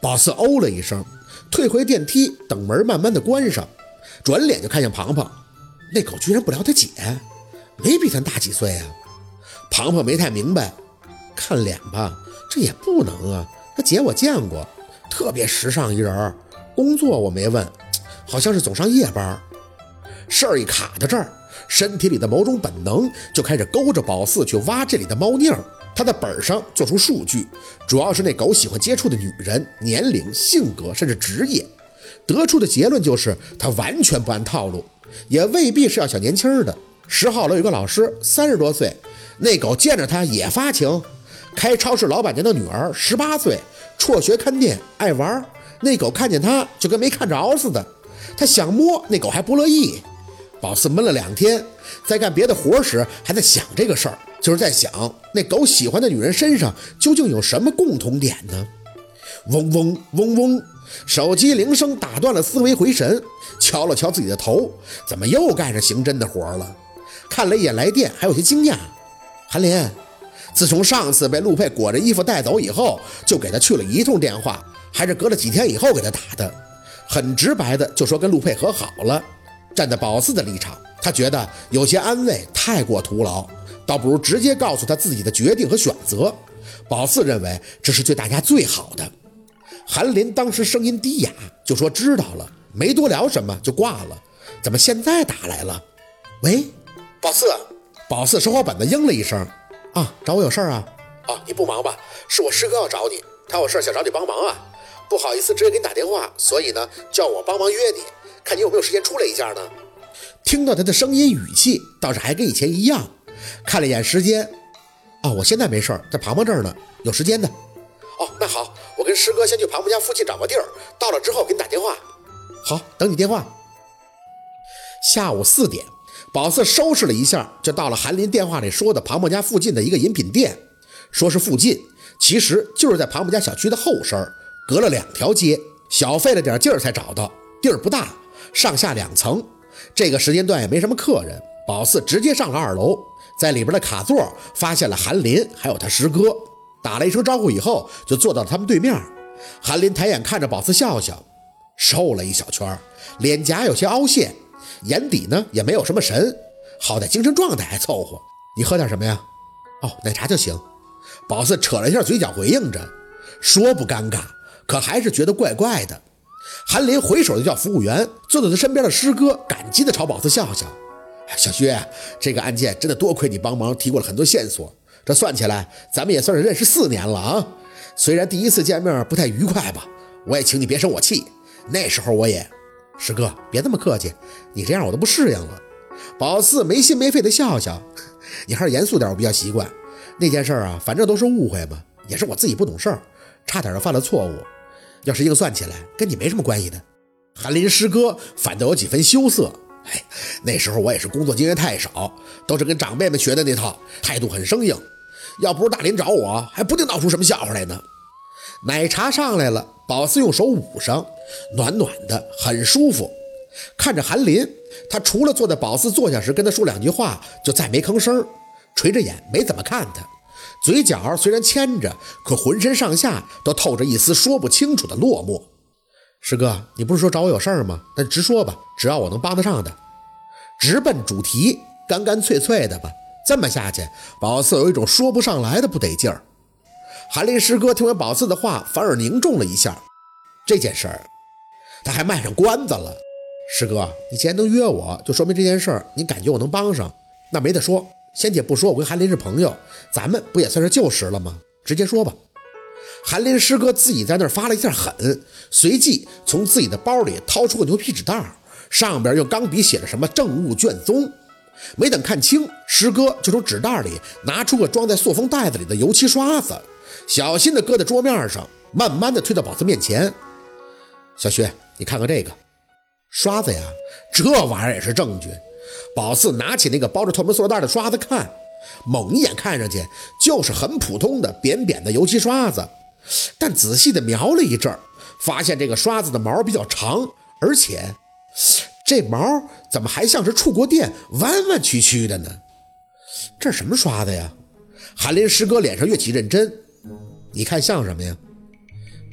宝四哦了一声，退回电梯，等门慢慢的关上，转脸就看见庞庞。那狗居然不聊他姐，没比咱大几岁啊。庞庞没太明白，看脸吧，这也不能啊，他姐我见过，特别时尚一人，工作我没问，好像是总上夜班。事儿一卡到这儿，身体里的某种本能就开始勾着宝四去挖这里的猫腻儿。他在本上做出数据，主要是那狗喜欢接触的女人、年龄、性格甚至职业，得出的结论就是他完全不按套路，也未必是要小年轻的。10号楼有个老师30多岁，那狗见着他也发情，开超市老板娘的女儿18岁，辍学看店爱玩，那狗看见他就跟没看着似的，他想摸那狗还不乐意。宝四闷了2天，在干别的活时还在想这个事儿，就是在想那狗喜欢的女人身上究竟有什么共同点呢？嗡嗡嗡嗡，手机铃声打断了思维回神，敲了敲自己的头，怎么又干上刑侦的活了？看了一眼来电，还有些惊讶。韩林，自从上次被陆佩裹着衣服带走以后，就给他去了1通电话，还是隔了几天以后给他打的，很直白的就说跟陆佩和好了。站在宝四的立场，他觉得有些安慰太过徒劳，倒不如直接告诉他自己的决定和选择。宝四认为这是对大家最好的。韩林当时声音低哑，就说知道了，没多聊什么就挂了。怎么现在打来了？喂，宝四。宝四收好本子应了一声，啊，找我有事啊？啊，你不忙吧？是我师哥要找你，他有事想找你帮忙啊。不好意思直接给你打电话，所以呢叫我帮忙约你，看你有没有时间出来一下呢。听到他的声音语气倒是还跟以前一样，看了一眼时间，哦，我现在没事在庞庞这儿呢，有时间的。哦，那好，我跟师哥先去庞庞家附近找个地儿，到了之后给你打电话。好，等你电话。下午4点，宝四收拾了一下，就到了韩林电话里说的庞庞家附近的一个饮品店。说是附近，其实就是在庞庞家小区的后身，隔了2条街，小费了点劲儿才找到。地儿不大，上下2层，这个时间段也没什么客人。宝四直接上了2楼，在里边的卡座发现了韩林还有他师哥，打了一声招呼以后就坐到了他们对面。韩林抬眼看着宝四笑笑，瘦了一小圈，脸颊有些凹陷，眼底呢也没有什么神，好在精神状态还凑合。你喝点什么呀？哦，奶茶就行。宝四扯了一下嘴角回应着，说不尴尬，可还是觉得怪怪的。韩林回手就叫服务员，坐在他身边的师哥感激的朝宝四笑笑，小薛，这个案件真的多亏你帮忙提供了很多线索，这算起来咱们也算是认识4年了啊。虽然第一次见面不太愉快吧，我也请你别生我气，那时候我也……师哥别这么客气，你这样我都不适应了。宝四没心没肺的笑笑，你还是严肃点我比较习惯。那件事啊，反正都是误会嘛，也是我自己不懂事儿，差点就犯了错误，要是硬算起来跟你没什么关系的。韩林师哥反倒有几分羞涩，那时候我也是工作经验太少，都是跟长辈们学的那套，态度很生硬，要不是大林找我，还不定闹出什么笑话来呢。奶茶上来了，宝四用手捂上，暖暖的很舒服。看着韩林，他除了坐在宝四坐下时跟他说2句话，就再没吭声，垂着眼没怎么看他，嘴角虽然牵着，可浑身上下都透着一丝说不清楚的落寞。师哥，你不是说找我有事儿吗？那直说吧，只要我能帮得上的。直奔主题，干干脆脆的吧。这么下去，宝四有一种说不上来的不得劲儿。韩林师哥听完宝四的话，反而凝重了一下。这件事儿，他还卖上关子了。师哥，你既然能约我，就说明这件事儿你感觉我能帮上，那没得说。先且不说我跟韩林是朋友，咱们不也算是旧识了吗？直接说吧。韩林师哥自己在那儿发了一下狠，随即从自己的包里掏出个牛皮纸袋，上边用钢笔写了什么政务卷宗。没等看清，师哥就从纸袋里拿出个装在塑封袋子里的油漆刷子，小心地搁在桌面上，慢慢地推到宝四面前。小薛，你看看这个刷子呀，这玩意儿也是证据。宝四拿起那个包着透明塑料袋的刷子看，猛一眼看上去就是很普通的扁扁的油漆刷子，但仔细的描了一阵，发现这个刷子的毛比较长，而且这毛怎么还像是触过电弯弯曲曲的呢？这是什么刷子呀？韩林师哥脸上越起认真，你看像什么呀？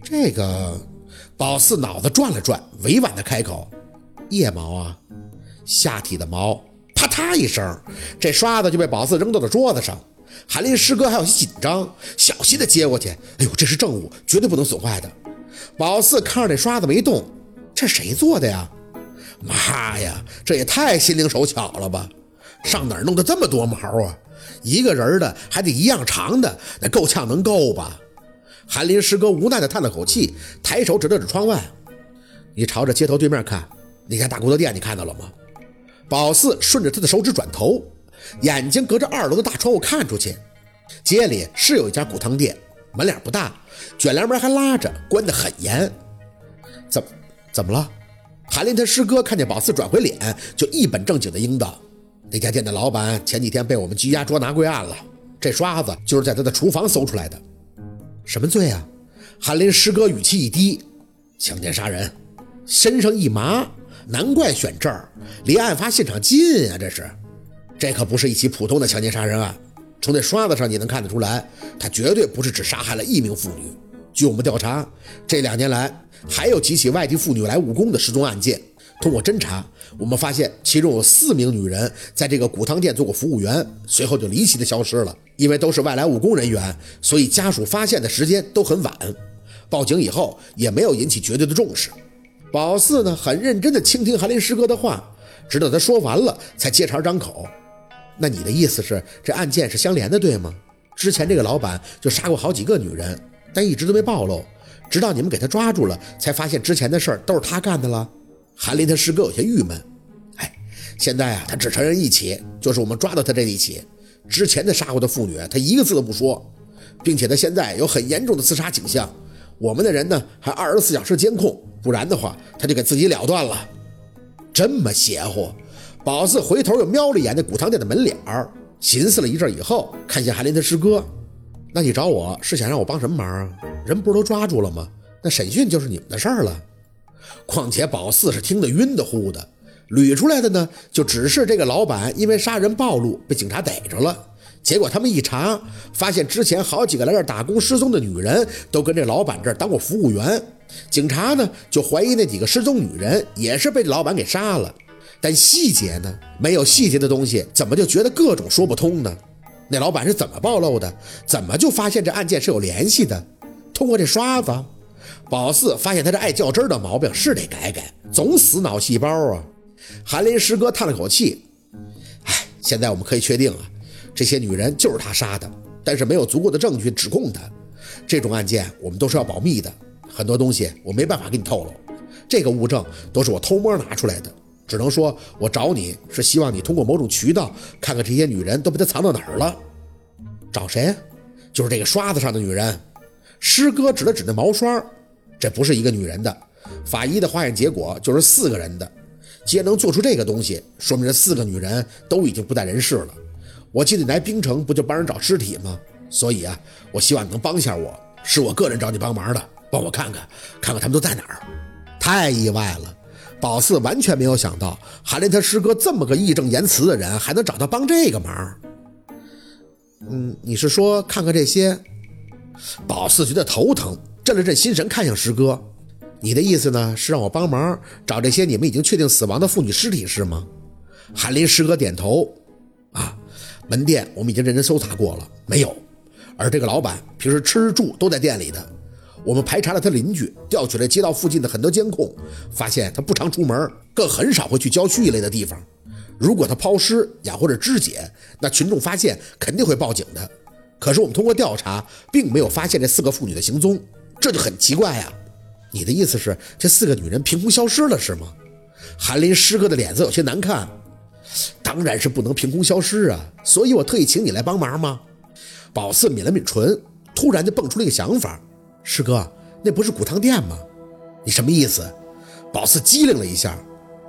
这个宝四脑子转了转，委婉的开口：腋毛啊，下体的毛。啪嗒一声，这刷子就被宝四扔到了桌子上。韩林师哥还有些紧张，小心的接过去。哎呦，这是证物，绝对不能损坏的。宝四看着这刷子没动，这谁做的呀？妈呀，这也太心灵手巧了吧！上哪儿弄的这么多毛啊？一个人的还得一样长的，那够呛能够吧？韩林师哥无奈的叹了口气，抬手指了指窗外：你朝着街头对面看，那家大骨头店你看到了吗？宝四顺着他的手指转头，眼睛隔着2楼的大窗户看出去，街里是有一家骨汤店，门脸不大，卷帘门还拉着，关得很严。怎么了？韩林他师哥看见宝四转回脸，就一本正经的应道：那家店的老板前几天被我们拘押捉拿归案了，这刷子就是在他的厨房搜出来的。什么罪啊？韩林师哥语气一低：强奸杀人。身上一麻，难怪选这儿，离案发现场近啊！这可不是一起普通的强奸杀人案，从这刷子上你能看得出来，他绝对不是只杀害了1名妇女。据我们调查，这2年来还有几起外地妇女来务工的失踪案件。通过侦查，我们发现其中有4名女人在这个骨汤店做过服务员，随后就离奇的消失了。因为都是外来务工人员，所以家属发现的时间都很晚，报警以后也没有引起绝对的重视。宝四呢，很认真地倾听韩林师哥的话，直到他说完了才接茬张口：那你的意思是这案件是相连的，对吗？之前这个老板就杀过好几个女人，但一直都没暴露，直到你们给他抓住了，才发现之前的事儿都是他干的了。韩林他师哥有些郁闷：现在啊，他只承认1起，就是我们抓到他这1起，之前的杀过的妇女他一个字都不说，并且他现在有很严重的自杀倾向，我们的人呢还24小时监控，不然的话他就给自己了断了。这么邪乎？宝四回头又瞄了一眼那骨汤店的门脸儿，寻思了一阵以后，看向韩林他师哥：那你找我是想让我帮什么忙啊？人不是都抓住了吗？那审讯就是你们的事儿了。况且宝四是听得晕的乎的，捋出来的呢就只是这个老板因为杀人暴露被警察逮着了，结果他们一查，发现之前好几个来这儿打工失踪的女人都跟这老板这儿当过服务员，警察呢就怀疑那几个失踪女人也是被这老板给杀了。但细节呢，没有细节的东西怎么就觉得各种说不通呢？那老板是怎么暴露的？怎么就发现这案件是有联系的？通过这刷子，宝四发现他这爱较真的毛病是得改改，总死脑细胞啊。韩林师哥叹了口气：现在我们可以确定啊，这些女人就是他杀的，但是没有足够的证据指控他。这种案件我们都是要保密的，很多东西我没办法给你透露，这个物证都是我偷摸拿出来的，只能说我找你是希望你通过某种渠道看看这些女人都被他藏到哪儿了。找谁？就是这个刷子上的女人。师哥指了指那毛刷，这不是一个女人的，法医的化验结果就是4个人的。既然能做出这个东西，说明这4个女人都已经不在人世了。我记得你来冰城不就帮人找尸体吗？所以啊，我希望你能帮一下我，是我个人找你帮忙的，帮我看看他们都在哪儿。太意外了，宝四完全没有想到韩林他师哥这么个义正言辞的人还能找他帮这个忙。你是说看看这些？宝四觉得头疼，震了震心神，看向师哥：你的意思呢，是让我帮忙找这些你们已经确定死亡的妇女尸体是吗？韩林师哥点头：门店我们已经认真搜查过了，没有。而这个老板平时吃住都在店里的，我们排查了他邻居，调取了街道附近的很多监控，发现他不常出门，更很少会去郊区一类的地方。如果他抛尸呀或者肢解，那群众发现肯定会报警的。可是我们通过调查并没有发现这4个妇女的行踪，这就很奇怪呀。你的意思是这4个女人凭空消失了是吗？韩林师哥的脸色有些难看。当然是不能凭空消失啊，所以我特意请你来帮忙吗？宝四抿了抿唇，突然就蹦出了一个想法：师哥，那不是骨汤店吗？你什么意思？宝四机灵了一下。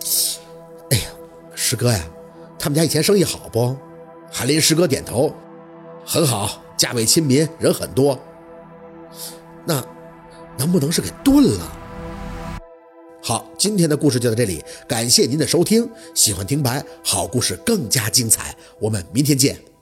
师哥呀，他们家以前生意好不？韩林师哥点头：很好，价位亲民，人很多。那能不能是给炖了？好，今天的故事就到这里，感谢您的收听。喜欢听白，好故事更加精彩，我们明天见。